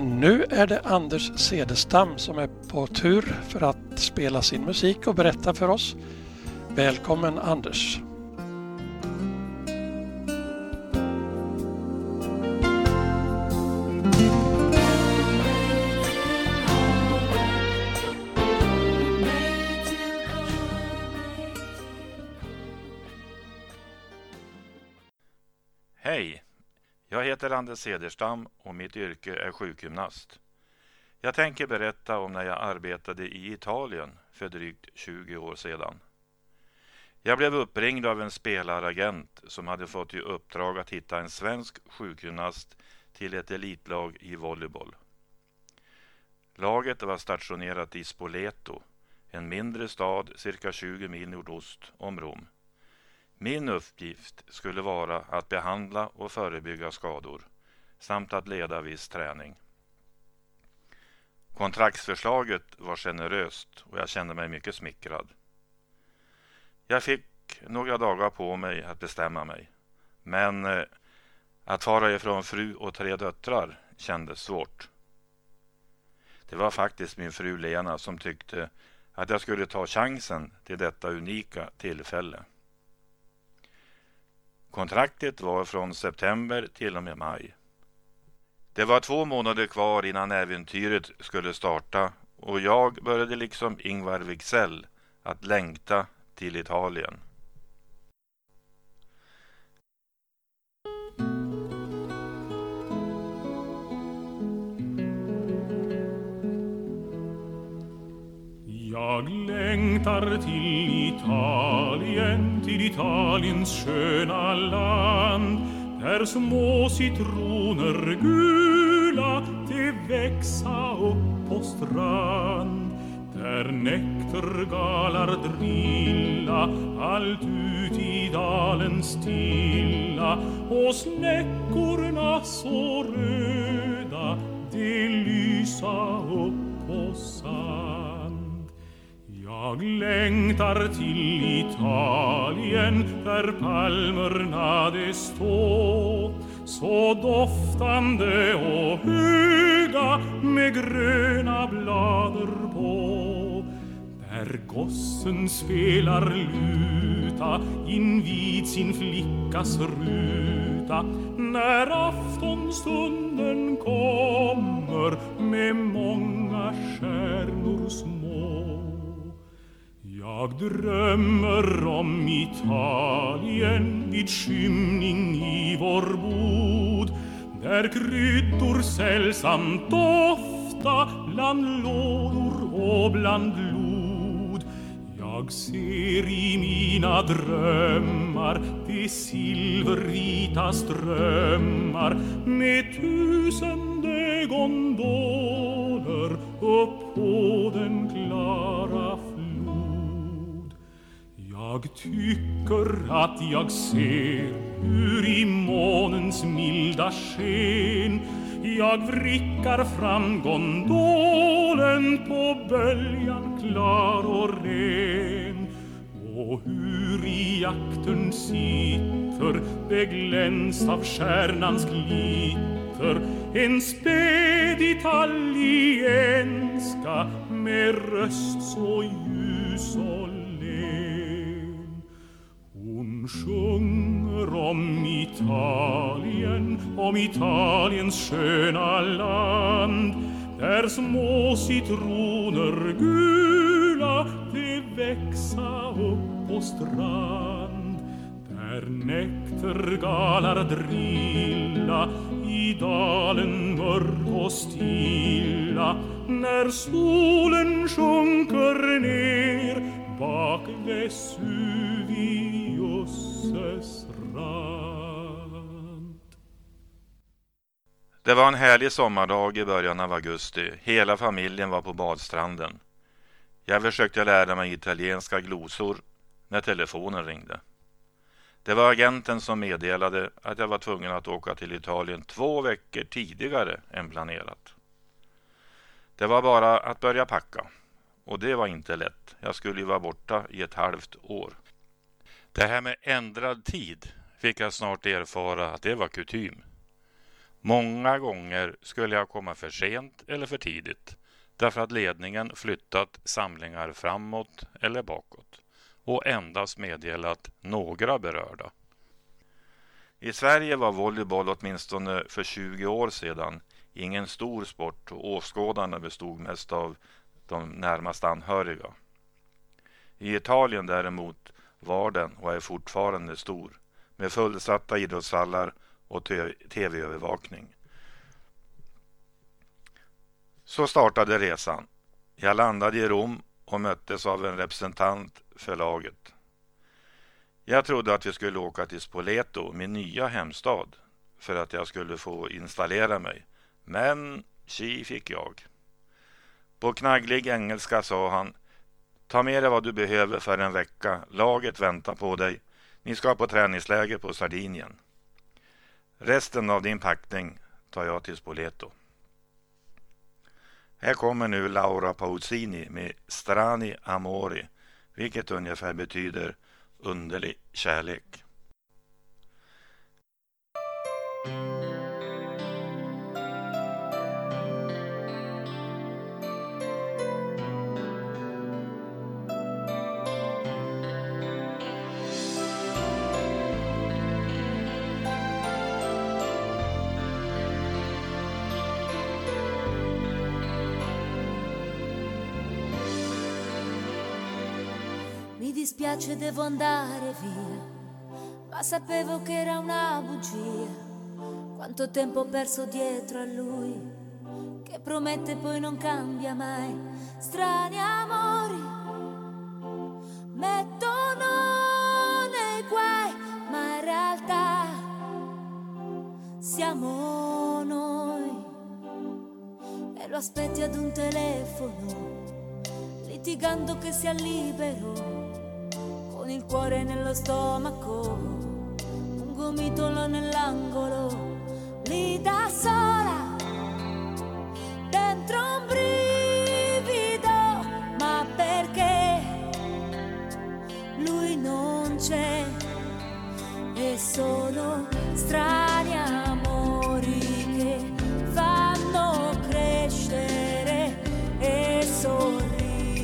nu är det Anders Cederstam som är på tur för att spela sin musik och berätta för oss. Välkommen Anders! Hej! Jag heter Anders Cederstam och mitt yrke är sjukgymnast. Jag tänker berätta om när jag arbetade i Italien för drygt 20 år sedan. Jag blev uppringd av en spelaragent som hade fått i uppdrag att hitta en svensk sjukgymnast till ett elitlag i volleyboll. Laget var stationerat i Spoleto, en mindre stad cirka 20 mil nordost om Rom. Min uppgift skulle vara att behandla och förebygga skador samt att leda viss träning. Kontraktsförslaget var generöst och jag kände mig mycket smickrad. Jag fick några dagar på mig att bestämma mig, men att fara ifrån fru och 3 döttrar kändes svårt. Det var faktiskt min fru Lena som tyckte att jag skulle ta chansen till detta unika tillfälle. Kontraktet var från september till och med maj. Det var 2 månader kvar innan äventyret skulle starta och jag började liksom Ingvar Wicksell att längta till Italien. Jag längtar till Italiens sköna land, där små citroner gula de växa upp på strand, där nektargalar drilla allt ut i dalen stilla, och snäckorna så röda de lysa upp på sand. Jag längtar till Italien, där palmerna de stå, så doftande och höga med gröna blader på, där gossen spelar luta invid sin flickas ruta, när aftonstunden kommer med många stjärnor små. Jag drömmer om Italien vid skymning i vår bod, där kryddor sällsamt dofta bland lådor och bland blod. Jag ser i mina drömmar de silvervita strömmar med tusende gondoler upp på den klara flod. Jag tycker att jag ser hur i månens milda sken jag vrickar fram gondolen på böljan klar och ren, och hur i jakten sitter beglänst av stjärnans glitter en späd italienska med röst så ljus och len. Hon sjunger om Italien, om Italiens sköna land, där små citroner gula de växa upp på strand, där nektargalar drilla i dalen mörk och stilla, när solen sjunker ner bak Vesuvius rand. Det var en härlig sommardag i början av augusti. Hela familjen var på badstranden. Jag försökte lära mig italienska glosor när telefonen ringde. Det var agenten som meddelade att jag var tvungen att åka till Italien 2 veckor tidigare än planerat. Det var bara att börja packa. Och det var inte lätt. Jag skulle ju vara borta i ett halvt år. Det här med ändrad tid fick jag snart erfara att det var kutym. Många gånger skulle jag komma för sent eller för tidigt därför att ledningen flyttat samlingar framåt eller bakåt och endast meddelat några berörda. I Sverige var volleyboll åtminstone för 20 år sedan ingen stor sport och åskådarna bestod mest av de närmast anhöriga. I Italien däremot var den och är fortfarande stor med fullsatta idrottshallar och tv-övervakning. Så startade resan. Jag landade i Rom och möttes av en representant för laget. Jag trodde att vi skulle åka till Spoleto, min nya hemstad, för att jag skulle få installera mig. Men tji fick jag. På knagglig engelska sa han: ta med dig vad du behöver för en vecka. Laget väntar på dig. Ni ska på träningsläger på Sardinien. Resten av din packning tar jag till Spoleto. Här kommer nu Laura Pausini med Strani Amori, vilket ungefär betyder underlig kärlek. Mi dispiace, devo andare via, ma sapevo che era una bugia. Quanto tempo ho perso dietro a lui, che promette poi non cambia mai. Strani amori mettono nei guai, ma in realtà siamo noi. E lo aspetti ad un telefono, litigando che sia libero, con il cuore nello stomaco, un gomitolo nell'angolo, lì da sola, dentro un brivido, ma perché lui non c'è, e sono strani amori che fanno crescere e sorridere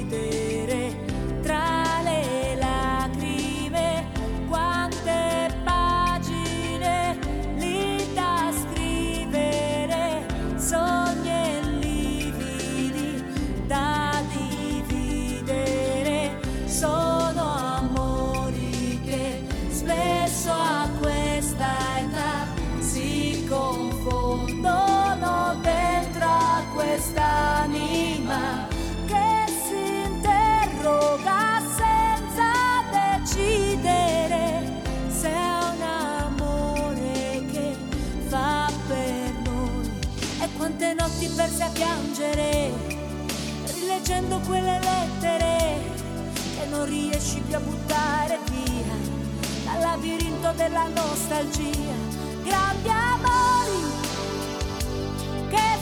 tra le lacrime. Quante pagine lì da scrivere, sogni e lividi da dividere. Sono amori che spesso a questa età si confondono dentro a quest'anima che si interroga senza decidere se è un amore che fa per noi. E quante notti perse a piangere, rileggendo quelle lettere che non riesci più a buttare via dal labirinto della nostalgia. Grandi amori che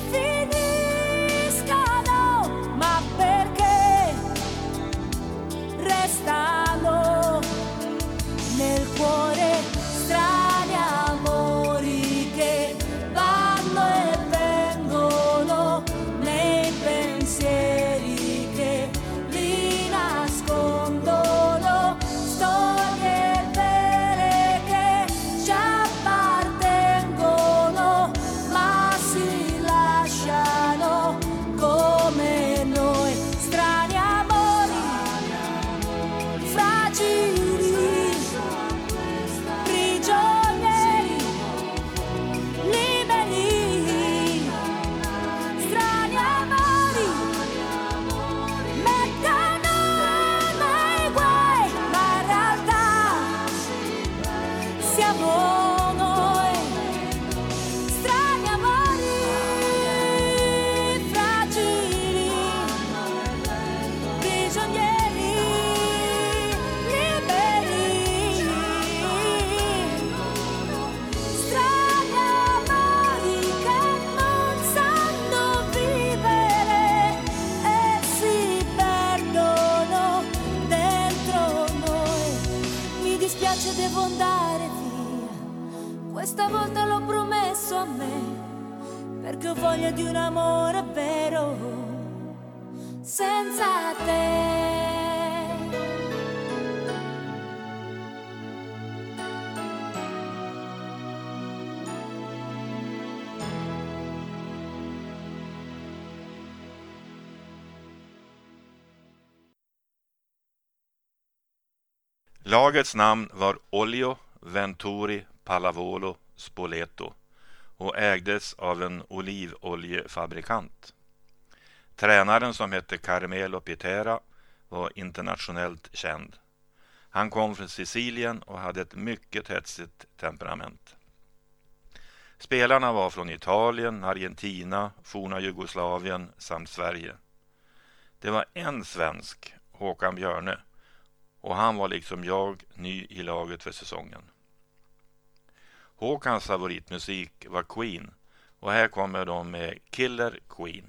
finiscano, ma perché restano nel cuore. Strani amori che vanno e vengono nei pensieri che li nascondono. Storie vere che ci appartengono, perché ho voglia di un amore vero senza te. Lagets namn var Ollio Venturi Pallavolo Spoleto och ägdes av en olivoljefabrikant. Tränaren, som hette Carmelo Pitera, var internationellt känd. Han kom från Sicilien och hade ett mycket hetsigt temperament. Spelarna var från Italien, Argentina, forna Jugoslavien samt Sverige. Det var en svensk, Håkan Björne, och han var liksom jag ny i laget för säsongen. Håkans favoritmusik var Queen, och här kommer de med Killer Queen.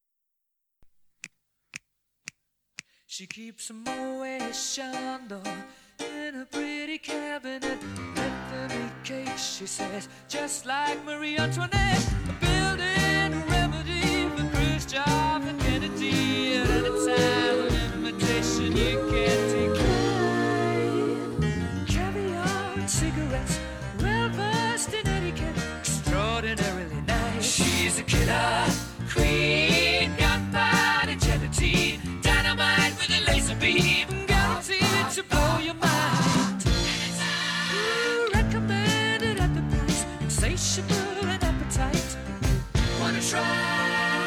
She keeps a Moet Chandon in a pretty cabinet. Bethany cake, she says, just like Marie Antoinette. A building a remedy for Khrushchev and Kennedy. At any time, an invitation you can't decline. Caviar and cigarettes, well versed in etiquette, extraordinarily nice. She's a killer queen, gunpowder gelatine, dynamite with a laser beam, guaranteed to blow your mind. Recommended at the price, insatiable and appetite. Wanna try?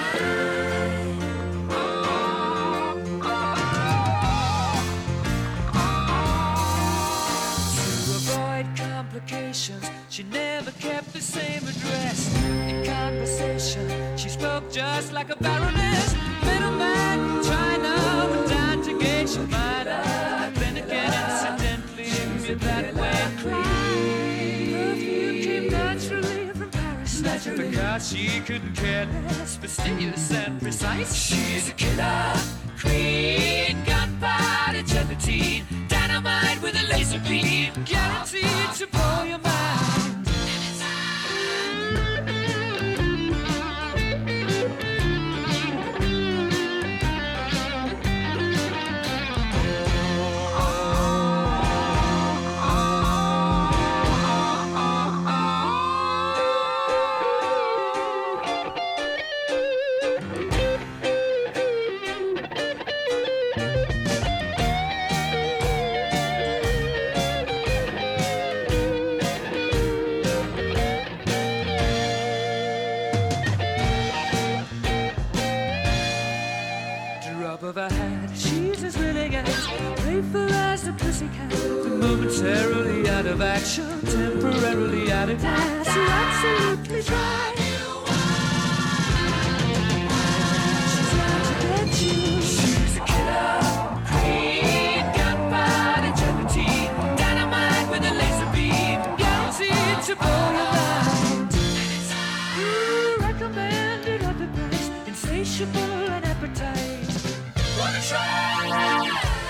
To avoid complications, she never kept the same address. In conversation, she spoke just like a baroness. Middleman from China went down to Geisha Minor. Then again, incidentally, me that way. Perfume came naturally from Paris, because she couldn't care less, fastidious and precise. She's a killer queen, gunpowder gelatine, dynamite with a laser beam, guaranteed to blow your mind. Of her hat, she's as willing as playful as the pussycat. Momentarily out of action, temporarily out of gas. You're absolutely dry. She's out to get you. She's a killer queen, gunpowder gelatine, dynamite with a laser beam, guaranteed to blow your mind. Recommended at the price, insatiable and appetite. Wanna try?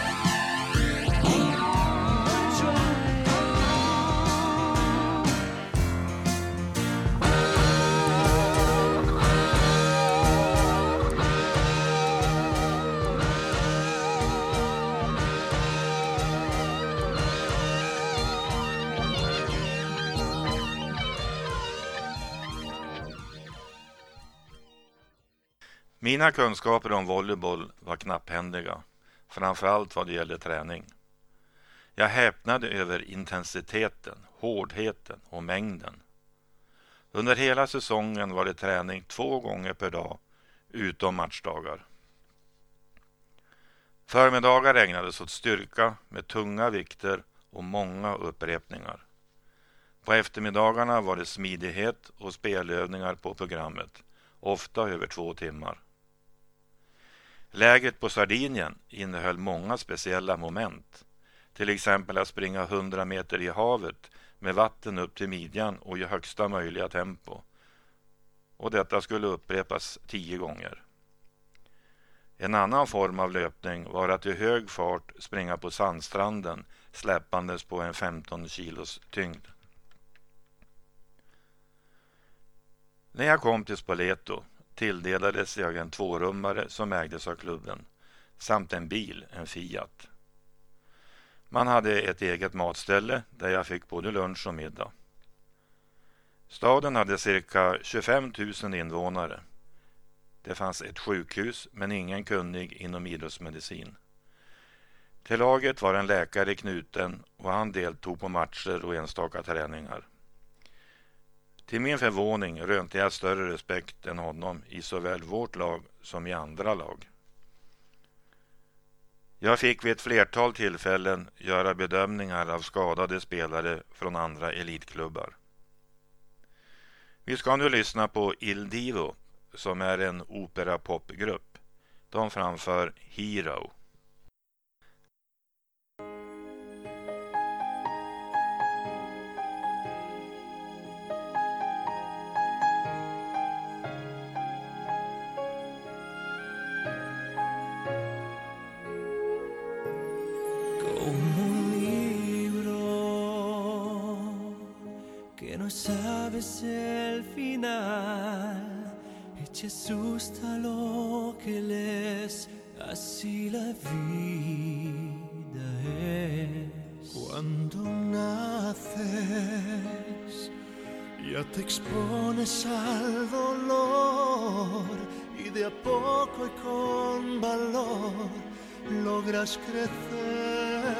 Mina kunskaper om volleyboll var knapphändiga, framförallt vad det gällde träning. Jag häpnade över intensiteten, hårdheten och mängden. Under hela säsongen var det träning 2 gånger per dag, utom matchdagar. Förmiddagar ägnades åt styrka med tunga vikter och många upprepningar. På eftermiddagarna var det smidighet och spelövningar på programmet, ofta över 2 timmar. Läget på Sardinien innehöll många speciella moment. Till exempel att springa 100 meter i havet med vatten upp till midjan och i högsta möjliga tempo. Och detta skulle upprepas 10 gånger. En annan form av löpning var att i hög fart springa på sandstranden släppandes på en 15 kilos tyngd. När jag kom till Spoleto tilldelades jag en 2-rummare som ägdes av klubben samt en bil, en Fiat. Man hade ett eget matställe där jag fick både lunch och middag. Staden hade cirka 25 000 invånare. Det fanns ett sjukhus men ingen kunnig inom idrottsmedicin. Till laget var en läkare knuten och han deltog på matcher och enstaka träningar. Till min förvåning rönte jag större respekt än honom i såväl vårt lag som i andra lag. Jag fick vid ett flertal tillfällen göra bedömningar av skadade spelare från andra elitklubbar. Vi ska nu lyssna på Il Divo som är en opera-popgrupp. De framför Hero. Sabes el final y te asusta lo que lees, así la vida es. Cuando naces ya te expones al dolor y de a poco y con valor logras crecer.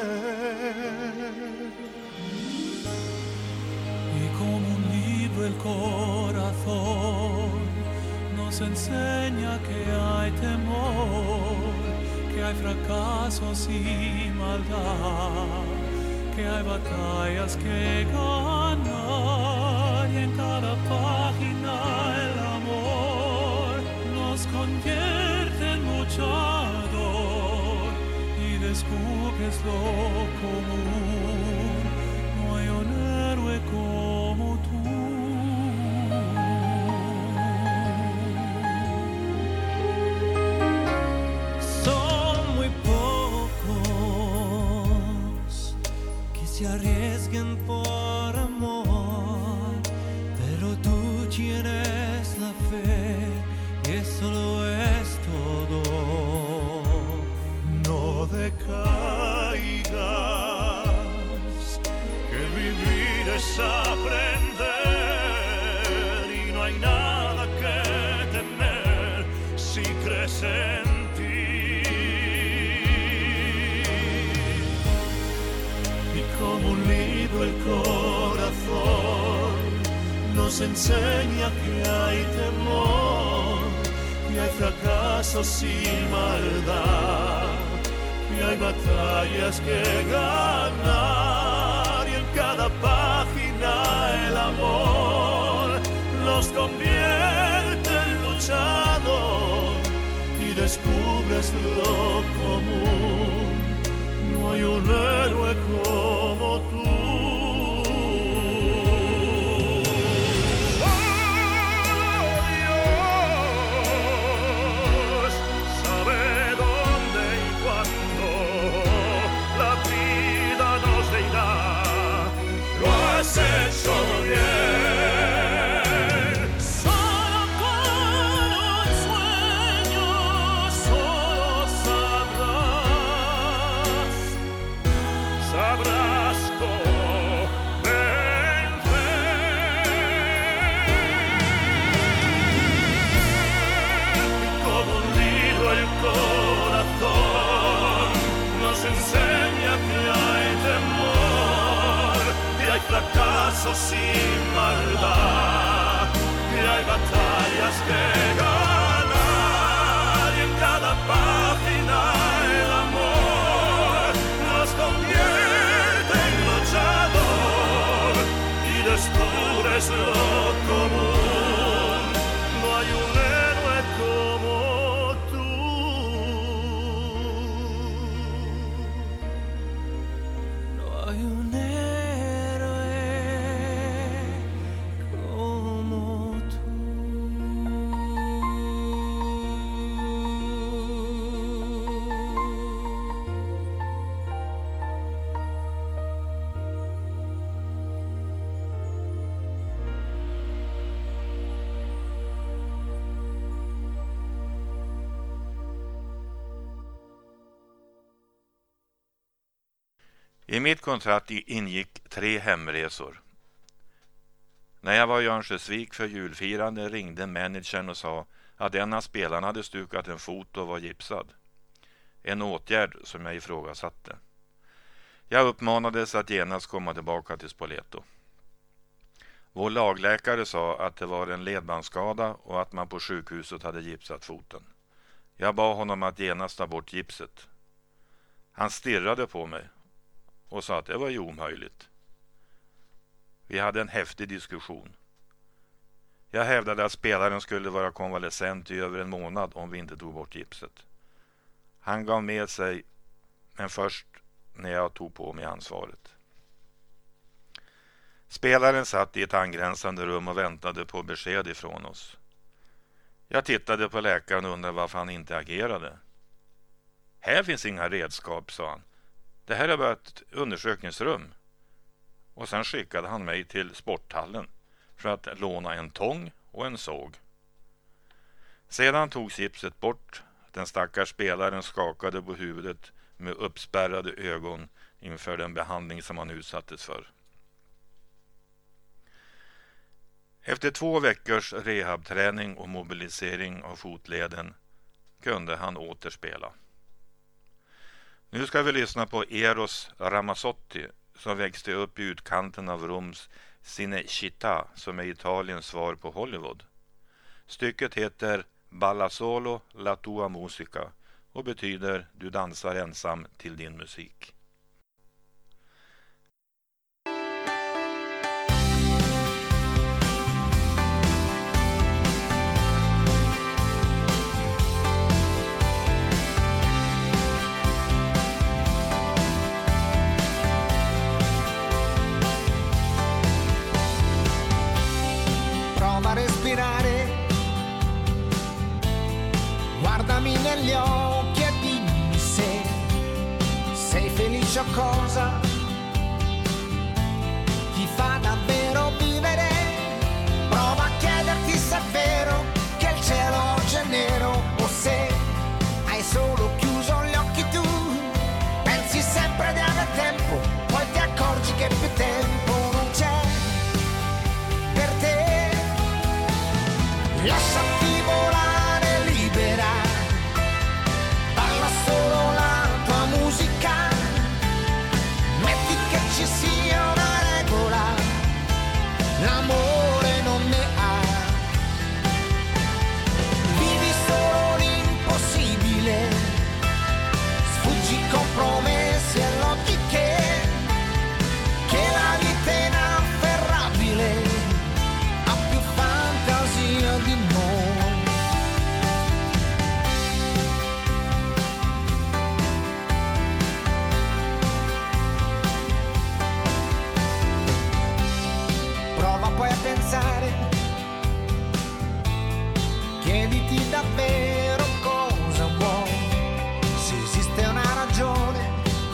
Como un libro el corazón nos enseña que hay temor, que hay fracasos y maldad, que hay batallas que ganar y en cada página el amor nos convierte en luchador y descubres lo común. No hay un héroe como tú. Son muy pocos que se arriesguen por amor, pero tú tienes la fe y eso lo es todo. No decaigas, que vivir es aprender y no hay nada que temer si crees en ti. Y como un libro el corazón nos enseña que hay temor, que hay fracasos y maldad, y hay batallas que ganar y en cada página el amor nos convierte en luchador y descubres lo común. No hay un héroe como tú. Hecho bien. Solo con un sueño solo sabrás cómo vencer. Como un libro el corazón nos enseña que hay temor, que hay fracasos y maldad, que hay batallas que ganar y en cada página el amor nos convierte en luchador y descubres lo común. No hay un héroe como tú. No hay un héroe como tú. I mitt kontrakt ingick 3 hemresor. När jag var i Örnsköldsvik för julfirande ringde managern och sa att en av spelarna hade stukat en fot och var gipsad. En åtgärd som jag ifrågasatte. Jag uppmanades att genast komma tillbaka till Spoleto. Vår lagläkare sa att det var en ledbandsskada och att man på sjukhuset hade gipsat foten. Jag bad honom att genast ta bort gipset. Han stirrade på mig och sa att det var ju omöjligt. Vi hade en häftig diskussion. Jag hävdade att spelaren skulle vara konvalescent i över en månad om vi inte tog bort gipset. Han gav med sig, men först när jag tog på mig ansvaret. Spelaren satt i ett angränsande rum och väntade på besked ifrån oss. Jag tittade på läkaren och undrade varför han inte agerade. Här finns inga redskap, sa han. Det här är bara ett undersökningsrum. Och sen skickade han mig till sporthallen för att låna en tång och en såg. Sedan tog gipset bort. Den stackars spelaren skakade på huvudet med uppspärrade ögon inför den behandling som han utsattes för. Efter 2 veckors rehabträning och mobilisering av fotleden kunde han återspela. Nu ska vi lyssna på Eros Ramazzotti som växte upp i utkanten av Roms Cinecittà som är Italiens svar på Hollywood. Stycket heter Balla solo la tua musica och betyder du dansar ensam till din musik. Prova a respirare, guardami negli occhi e dimmi se sei felice o cosa ti fa davvero vivere. Prova a chiederti se è vero che il cielo oggi è nero o se hai solo chiuso gli occhi tu. Pensi sempre di aver tempo, poi ti accorgi che più tempo non c'è per te. Lasciati volare libera, balla solo la tua musica, metti che ci sia una regola, l'amore non ne ha. Vivi solo l'impossibile, sfuggi compromessi e logiche, che la vita è inafferrabile, ha più fantasia di noi. Prova poi a pensare, chiediti davvero cosa vuoi, se esiste una ragione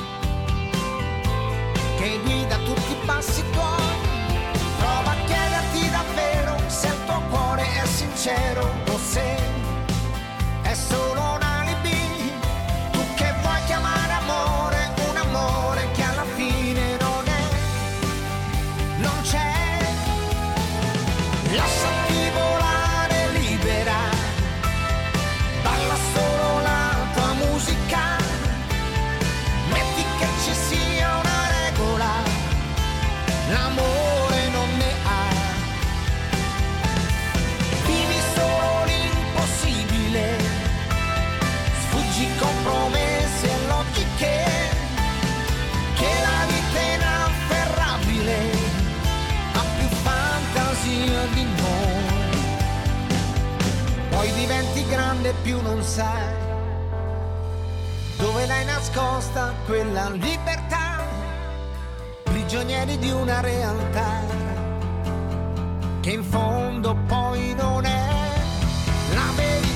che guida tutti i passi tuoi. Prova a chiederti davvero se il tuo cuore è sincero o se è solo un alibi, tu che vuoi chiamare amore, un amore che alla fine non è, non c'è. Lasciati volare libera, balla solo la tua musica, metti che ci sia una regola, l'amore non ne ha. Vivi solo l'impossibile, sfuggi compromessi e logiche, che la vita è inafferrabile, ha più fantasia di noi. Poi diventi grande e più non sai dove l'hai nascosta quella libertà, prigionieri di una realtà che in fondo poi non è la verità.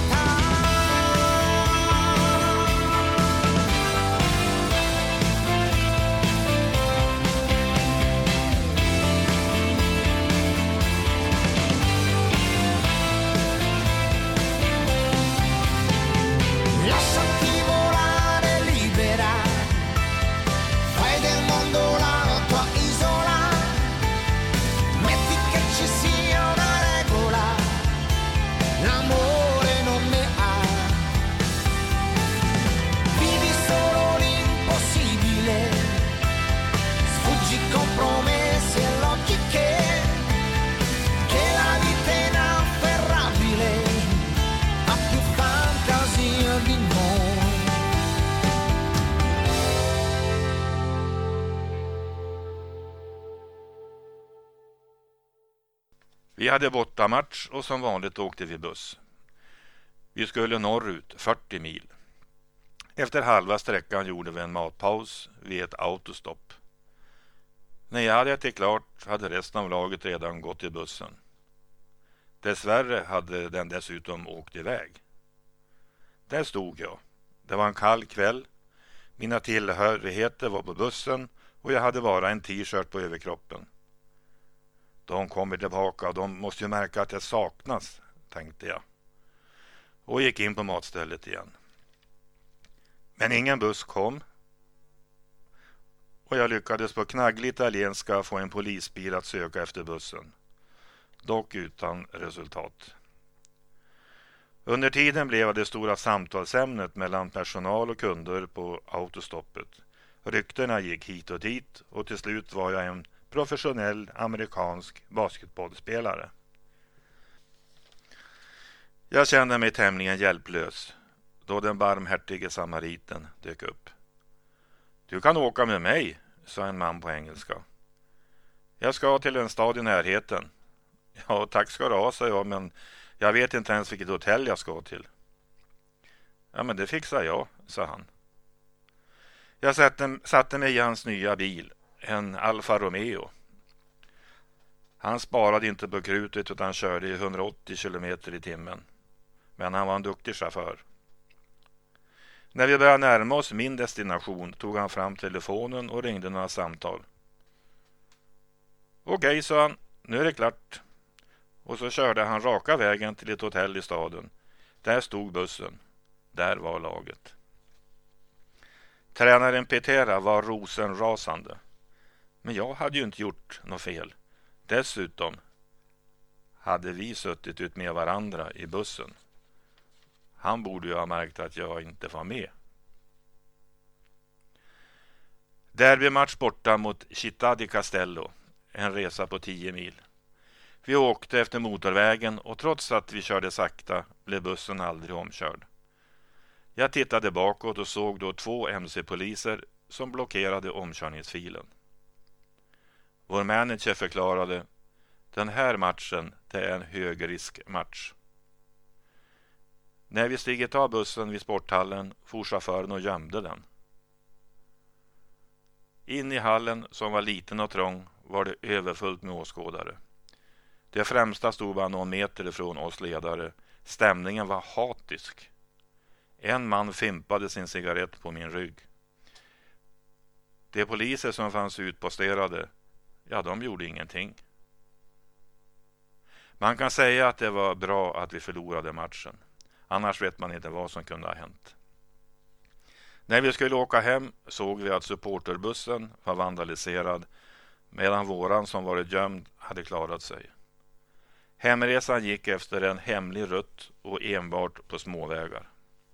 Lasciati volare libera, fai del mondo Vi hade bortamatch och som vanligt åkte vi buss. Vi skulle norrut 40 mil. Efter halva sträckan gjorde vi en matpaus vid ett autostopp. När jag hade ätit klart hade resten av laget redan gått i bussen. Dessvärre hade den dessutom åkt iväg. Där stod jag. Det var en kall kväll. Mina tillhörigheter var på bussen och jag hade bara en t-shirt på överkroppen. De kommer tillbaka och de måste ju märka att jag saknas, tänkte jag. Och gick in på matstället igen. Men ingen buss kom. Och jag lyckades på knagglig italienska få en polisbil att söka efter bussen. Dock utan resultat. Under tiden blev det stora samtalsämnet mellan personal och kunder på autostoppet. Ryktena gick hit och dit och till slut var jag en professionell amerikansk basketbollspelare. Jag kände mig tämligen hjälplös då den barmhärtige samariten dök upp. Du kan åka med mig, sa en man på engelska. Jag ska till en stad i närheten. Ja, tack ska du ha, sa jag, men jag vet inte ens vilket hotell jag ska till. Ja, men det fixar jag, sa han. Jag satte mig i hans nya bil, en Alfa Romeo. Han sparade inte på krutet utan körde i 180 kilometer i timmen. Men han var en duktig chaufför. När vi började närma oss min destination tog han fram telefonen och ringde några samtal. Okej, sa han, nu är det klart. Och så körde han raka vägen till ett hotell i staden. Där stod bussen. Där var laget. Tränaren Petera var rosenrasande. Men jag hade ju inte gjort något fel. Dessutom hade vi suttit ut med varandra i bussen. Han borde ju ha märkt att jag inte var med. Derbymatch borta mot Città di Castello. En resa på 10 mil. Vi åkte efter motorvägen och trots att vi körde sakta blev bussen aldrig omkörd. Jag tittade bakåt och såg då 2 MC-poliser som blockerade omkörningsfilen. Vår manager förklarade: den här matchen, det är en högriskmatch. När vi stigit av bussen vid sporthallen for chauffören och gömde den. In i hallen, som var liten och trång, var det överfullt med åskådare. Det främsta stod bara någon meter ifrån oss ledare. Stämningen var hatisk. En man fimpade sin cigarett på min rygg. De poliser som fanns utposterade, ja, de gjorde ingenting. Man kan säga att det var bra att vi förlorade matchen. Annars vet man inte vad som kunde ha hänt. När vi skulle åka hem såg vi att supporterbussen var vandaliserad medan våran som varit gömd hade klarat sig. Hemresan gick efter en hemlig rutt och enbart på småvägar.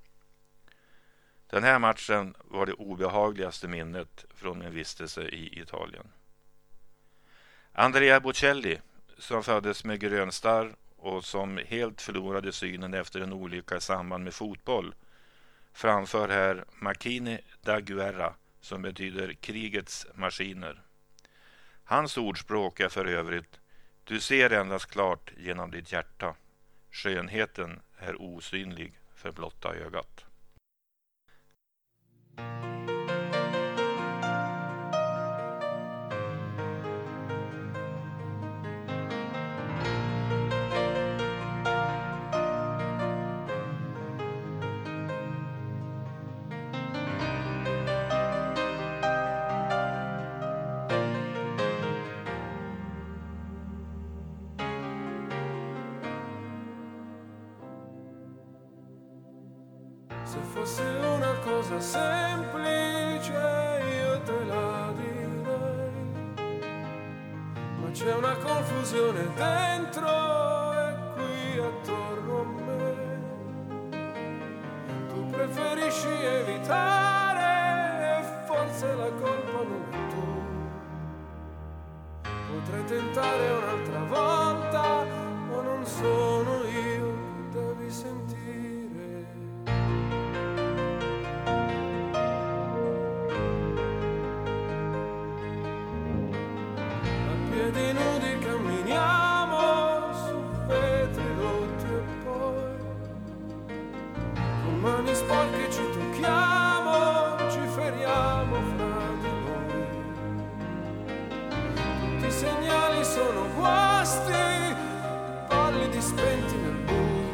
Den här matchen var det obehagligaste minnet från min vistelse i Italien. Andrea Bocelli, som föddes med grönstarr och som helt förlorade synen efter en olycka i samband med fotboll, framför här Macchine da Guerra, som betyder krigets maskiner. Hans ordspråk är för övrigt: du ser endast klart genom ditt hjärta. Skönheten är osynlig för blotta ögat. Se fosse una cosa semplice io te la direi, ma c'è una confusione dentro e qui attorno a me. Tu preferisci evitare e forse la colpa non è tua. Potrei tentare un'altra volta, ma non sono io che devi sentire. Piedi nudi camminiamo sporchi ci tocchiamo, ci feriamo fra di noi. Tutti i segnali sono guasti, pallidi spenti nel buio.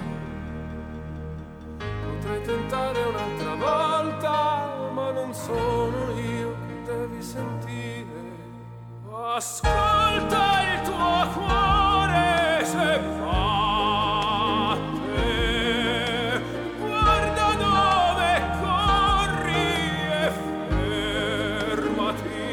Potrei tentare un'altra volta, ma non sono io che devi sentire. Ascolta il tuo cuore se batte, guarda dove corri e fermati.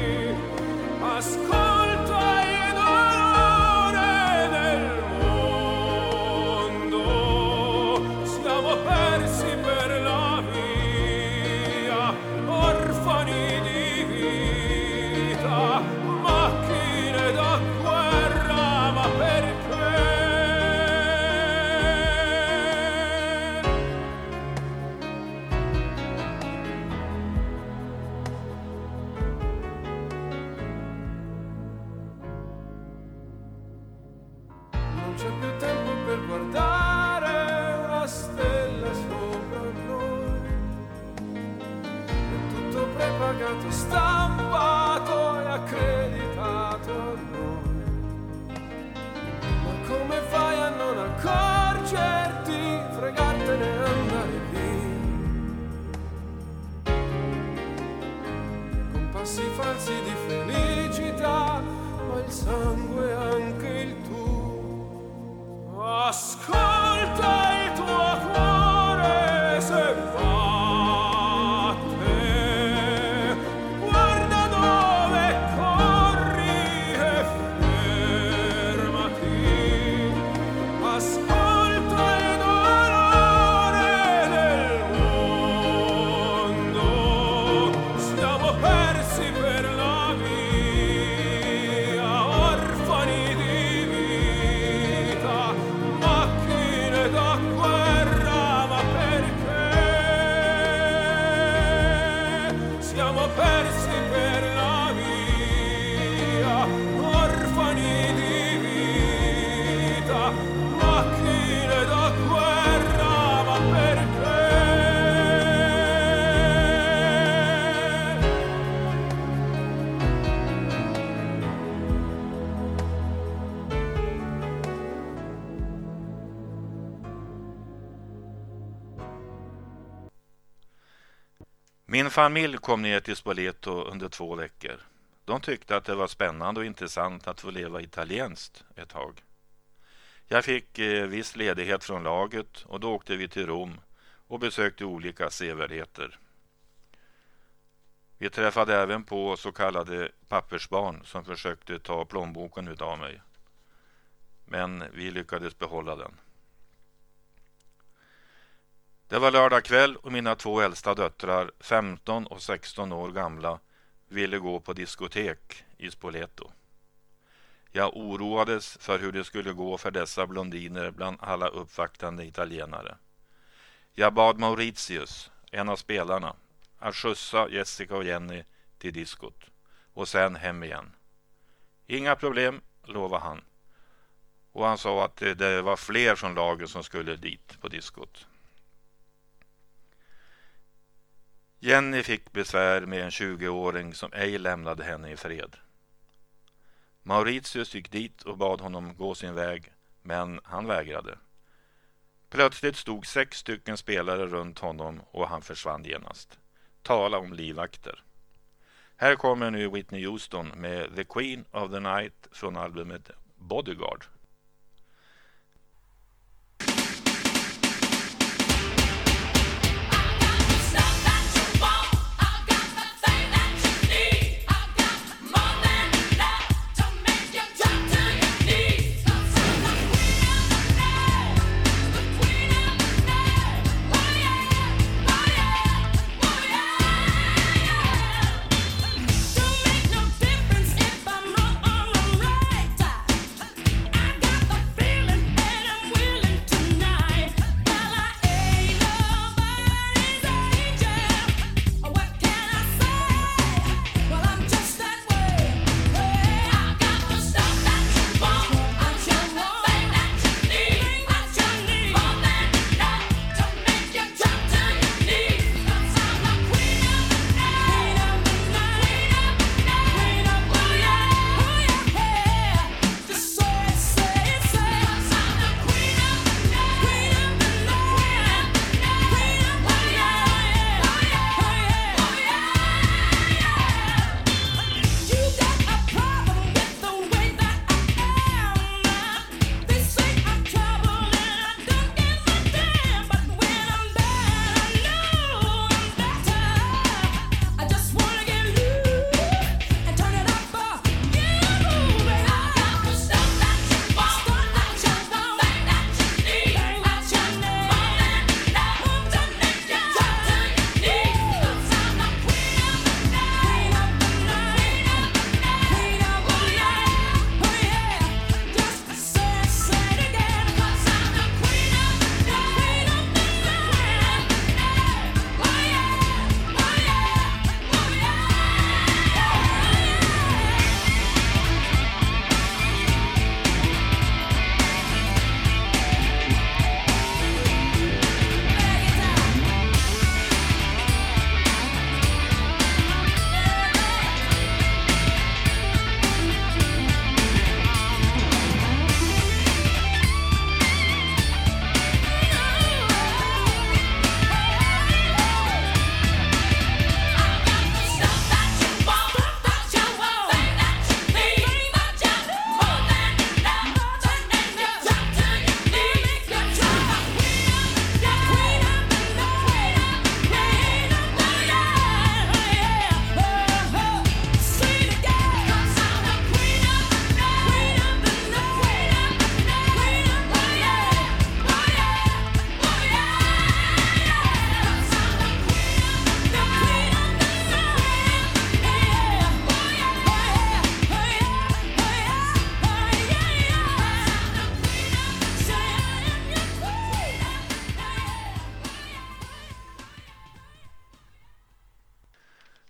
Ascolta il dolore del mondo, siamo persi per la via, orfani di vita, macchine da guerra, ma perché? Non c'è più tempo per guardare una stella sopra noi. È tutto prepagato, stampato e accreditato a noi. Ma come fai a non accorgerti, fregartene e andare via? Con passi falsi di felicità, ma il sangue è anche il tuo. Ascolta il tuo cuore se batte, guarda dove corri e fermati. Ascolta il dolore del mondo, siamo persi per la via, orfani di vita, macchine da guerra, ma perché? Siamo persi per la via, orfani di vita, macchine da guerra, ma perché? Min familj kom ner till Spoleto under 2 veckor. De tyckte att det var spännande och intressant att få leva italienskt ett tag. Jag fick viss ledighet från laget och då åkte vi till Rom och besökte olika sevärdheter. Vi träffade även på så kallade pappersbarn som försökte ta plånboken utav mig. Men vi lyckades behålla den. Det var lördag kväll och mina 2 äldsta döttrar, 15 och 16 år gamla, ville gå på diskotek i Spoleto. Jag oroades för hur det skulle gå för dessa blondiner bland alla uppvaktande italienare. Jag bad Mauritius, en av spelarna, att skjutsa Jessica och Jenny till diskot och sen hem igen. Inga problem, lovade han. Och han sa att det var fler från laget som skulle dit på diskot. Jenny fick besvär med en 20-åring som ej lämnade henne i fred. Mauritius gick dit och bad honom gå sin väg, men han vägrade. Plötsligt stod 6 stycken spelare runt honom och han försvann genast. Tala om livvakter. Här kommer nu Whitney Houston med The Queen of the Night från albumet Bodyguard. Don't make no difference if I'm not on the right.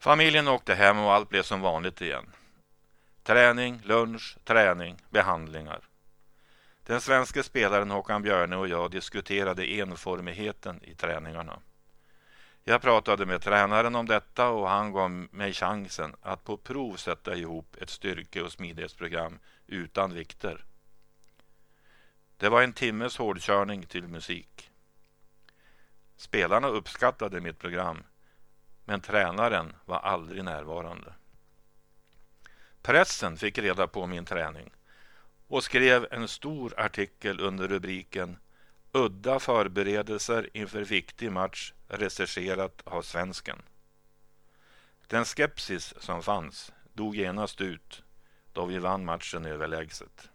Familjen åkte hem och allt blev som vanligt igen. Träning, lunch, träning, behandlingar. Den svenska spelaren Håkan Björne och jag diskuterade enformigheten i träningarna. Jag pratade med tränaren om detta och han gav mig chansen att på prov sätta ihop ett styrke- och smidighetsprogram utan vikter. Det var en timmes hårdkörning till musik. Spelarna uppskattade mitt program, men tränaren var aldrig närvarande. Pressen fick reda på min träning och skrev en stor artikel under rubriken "Udda förberedelser inför viktig match regisserat av svensken". Den skepsis som fanns dog genast ut då vi vann matchen överlägset.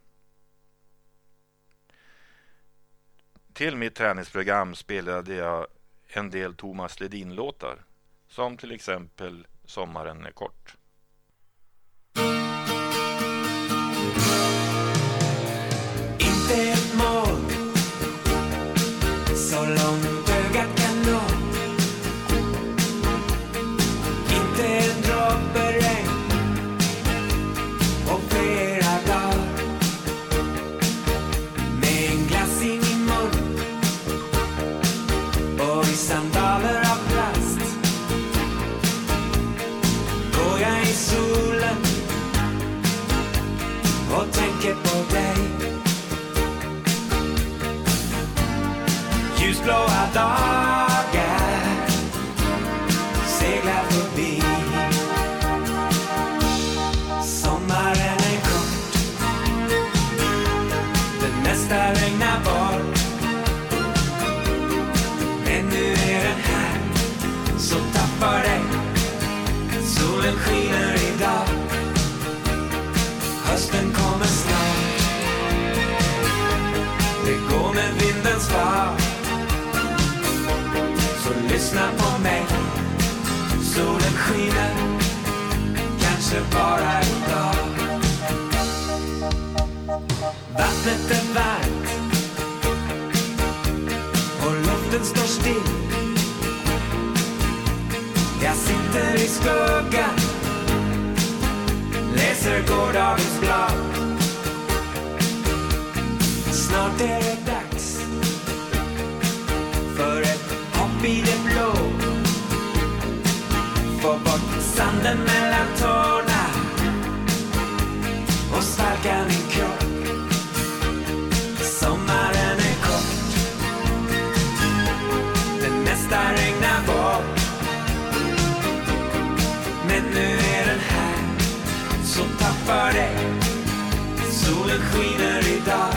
Till mitt träningsprogram spelade jag en del Thomas Ledin-låtar, som till exempel Sommaren är kort. Inte ett mål så långt ögat kan nå. Inte en droppe regn och flera dagar med en glass i min mun och i sandaler av plast går jag i solen och tänker på dig. Ljusblåa dagar seglar förbi. Sommaren är kort, det mesta regnar bort. Men nu är den här, så tappar dig. Solen skiner idag, hösten kommer snart. Det går med vindens fart. Lyssna på mig, solen skiner, kanske bara idag. Vattnet är varmt och luften står still. Jag sitter i skuggan, läser gårdagens blad. Snart är det dags för ett hopp i det blå. Få bort sanden mellan tårna och svalka min kropp. Sommaren är kort, det mesta regnar bort. Men nu är den här, så tappar dig. Solen skiner idag,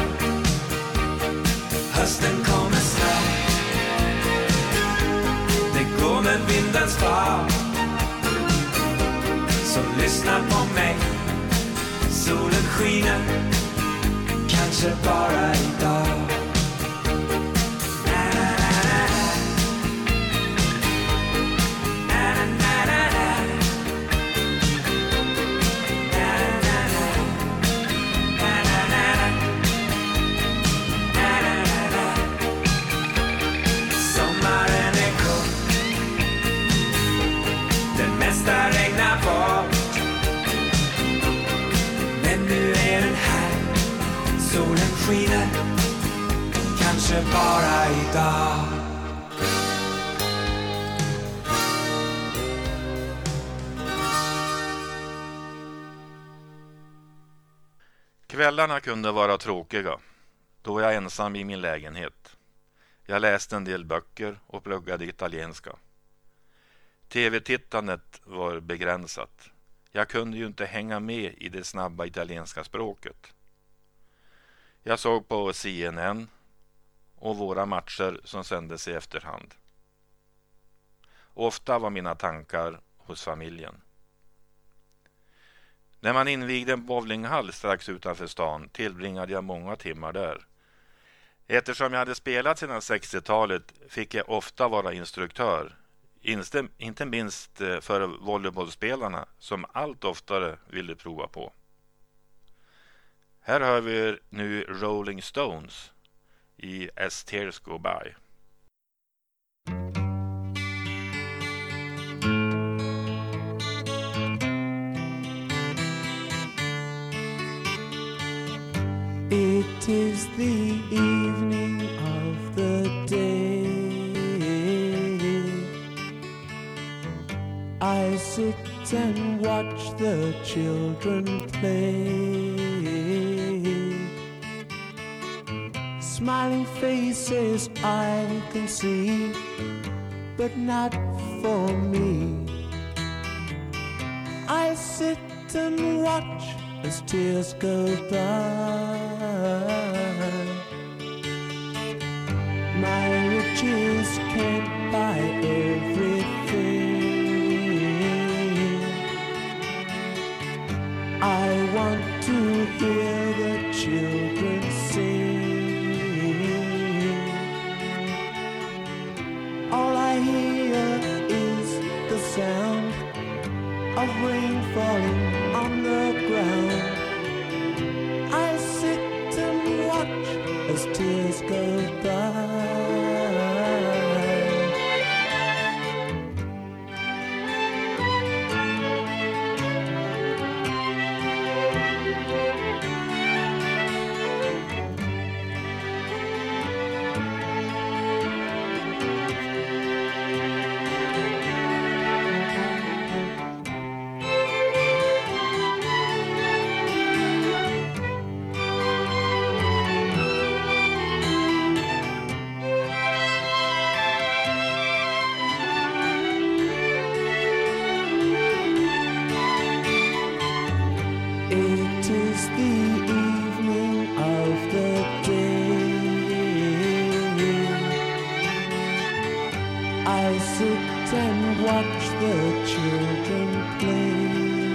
hösten kommer snart. Det går med vindens fart. Så lyssna på mig, solen skiner, kanske bara idag. Skiner, kanske bara idag. Kvällarna kunde vara tråkiga. Då var jag ensam i min lägenhet. Jag läste en del böcker och pluggade italienska. TV-tittandet var begränsat. Jag kunde ju inte hänga med i det snabba italienska språket. Jag såg på CNN och våra matcher som sändes i efterhand. Ofta var mina tankar hos familjen. När man invigde en bowlinghall strax utanför stan tillbringade jag många timmar där. Eftersom jag hade spelat sedan 60-talet fick jag ofta vara instruktör. Inte minst för volleybollspelarna som allt oftare ville prova på. Här hör vi nu Rolling Stones i As Tears Go By. It is the evening of the day. I sit and watch the children play. Smiling faces I can see, but not for me. I sit and watch as tears go by. My riches can't buy everything. I want to hear the children sing. All I hear is the sound of rain falling on the ground. I sit and watch as tears go by. It is the evening of the day. I sit and watch the children play,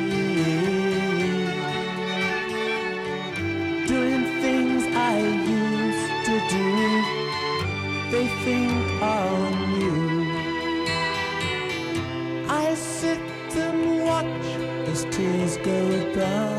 doing things I used to do. They think are new. I sit and watch as tears go by.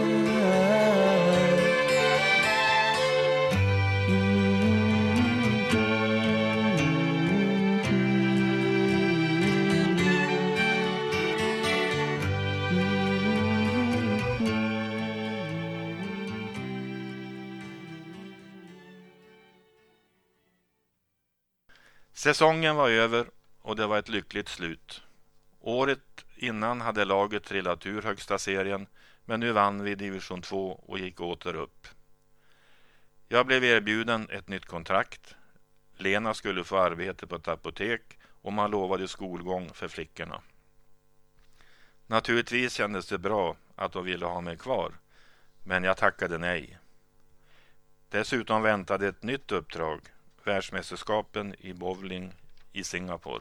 Säsongen var över och det var ett lyckligt slut. Året innan hade laget trillat ur högsta serien, men nu vann vi division 2 och gick åter upp. Jag blev erbjuden ett nytt kontrakt. Lena skulle få arbete på ett apotek och man lovade skolgång för flickorna. Naturligtvis kändes det bra att de ville ha mig kvar, men jag tackade nej. Dessutom väntade ett nytt uppdrag, världsmästerskapen i bowling i Singapore.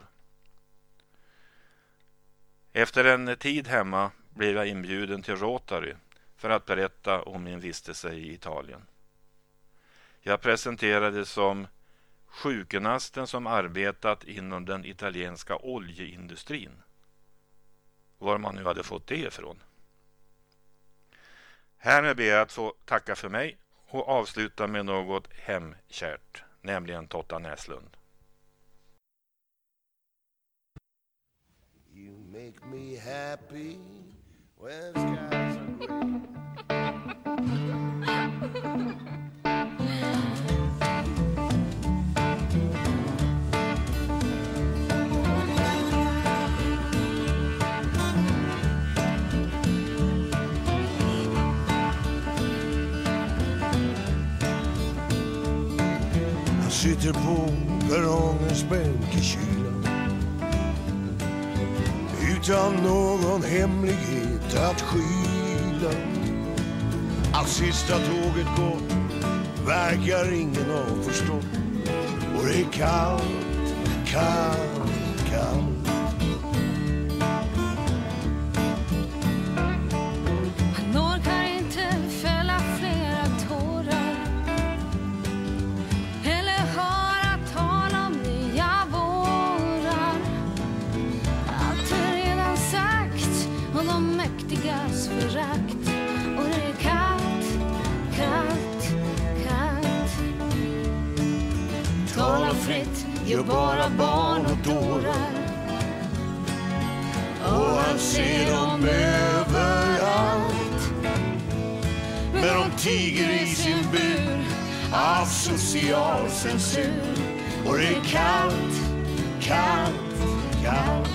Efter en tid hemma blev jag inbjuden till Rotary för att berätta om min vistelse i Italien. Jag presenterades som sjukgymnasten som arbetat inom den italienska oljeindustrin. Var man nu hade fått det ifrån. Härmed ber jag att få tacka för mig och avsluta med något hemkärt, nämligen Totta Näslund. You make me happy when skies are gray. Han sitter på perrongens bänk i kylan utan någon hemlighet att skyla. Att sista tåget gått verkar ingen ha förstått. Och det är kallt, kallt, kallt. Han orkar inte fälla flera tårar eller höra tal om nya vårar. Allt är redan sagt och de mäktigas förakt. Och det är kallt, kallt, kallt. Tala fritt, gör bara barn och dårar. Och han ser dem överallt. Men de tiger i sin bur av social censur. Och det är kallt, kallt, kallt.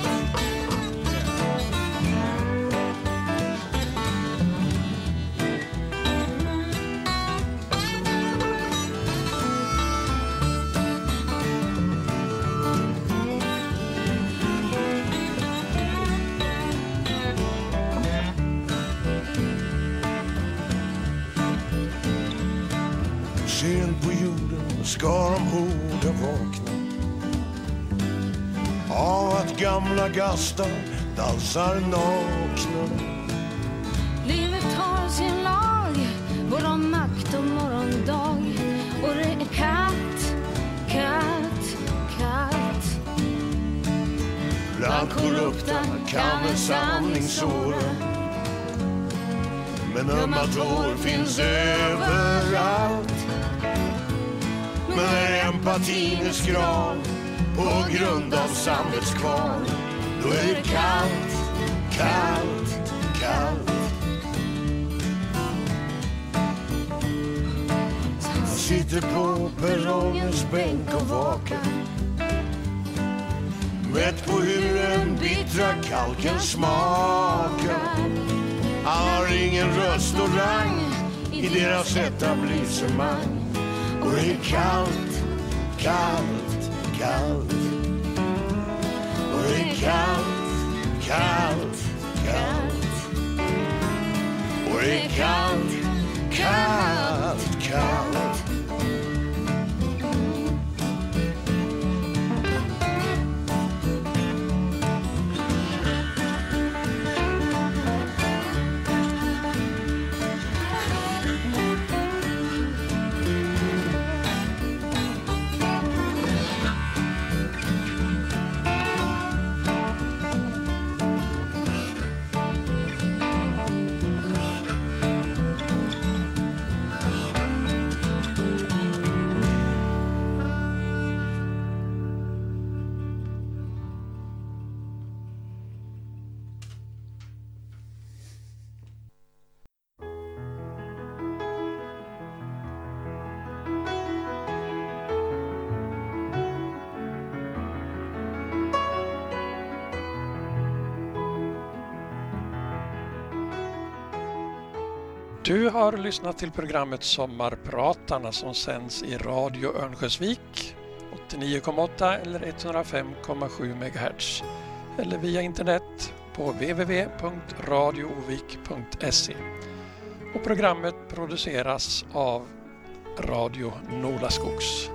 Sent på jorden ska de hårda vakna av att gamla gastar dansar nakna. Livet har sin lag, både natt och morgondag. Och det är kallt, kallt, kallt. Bland korrupta kan en sanning såra, men ömma tår finns överallt. Men när empatin är skral på grund av samvetskval, då är det kallt, kallt, kallt. Han sitter på perrongens bänk och vakar, mätt på hur en bittra kalken smakar. Han har ingen röst och rang i deras etablissemang. Och det är kallt, kallt, kallt. Och det är kallt, kallt, kallt. Och det är kallt, kallt, kallt. Du har lyssnat till programmet Sommarpratarna som sänds i Radio Örnsköldsvik 89,8 eller 105,7 MHz eller via internet på www.radioovik.se. Och programmet produceras av Radio Nolaskogs.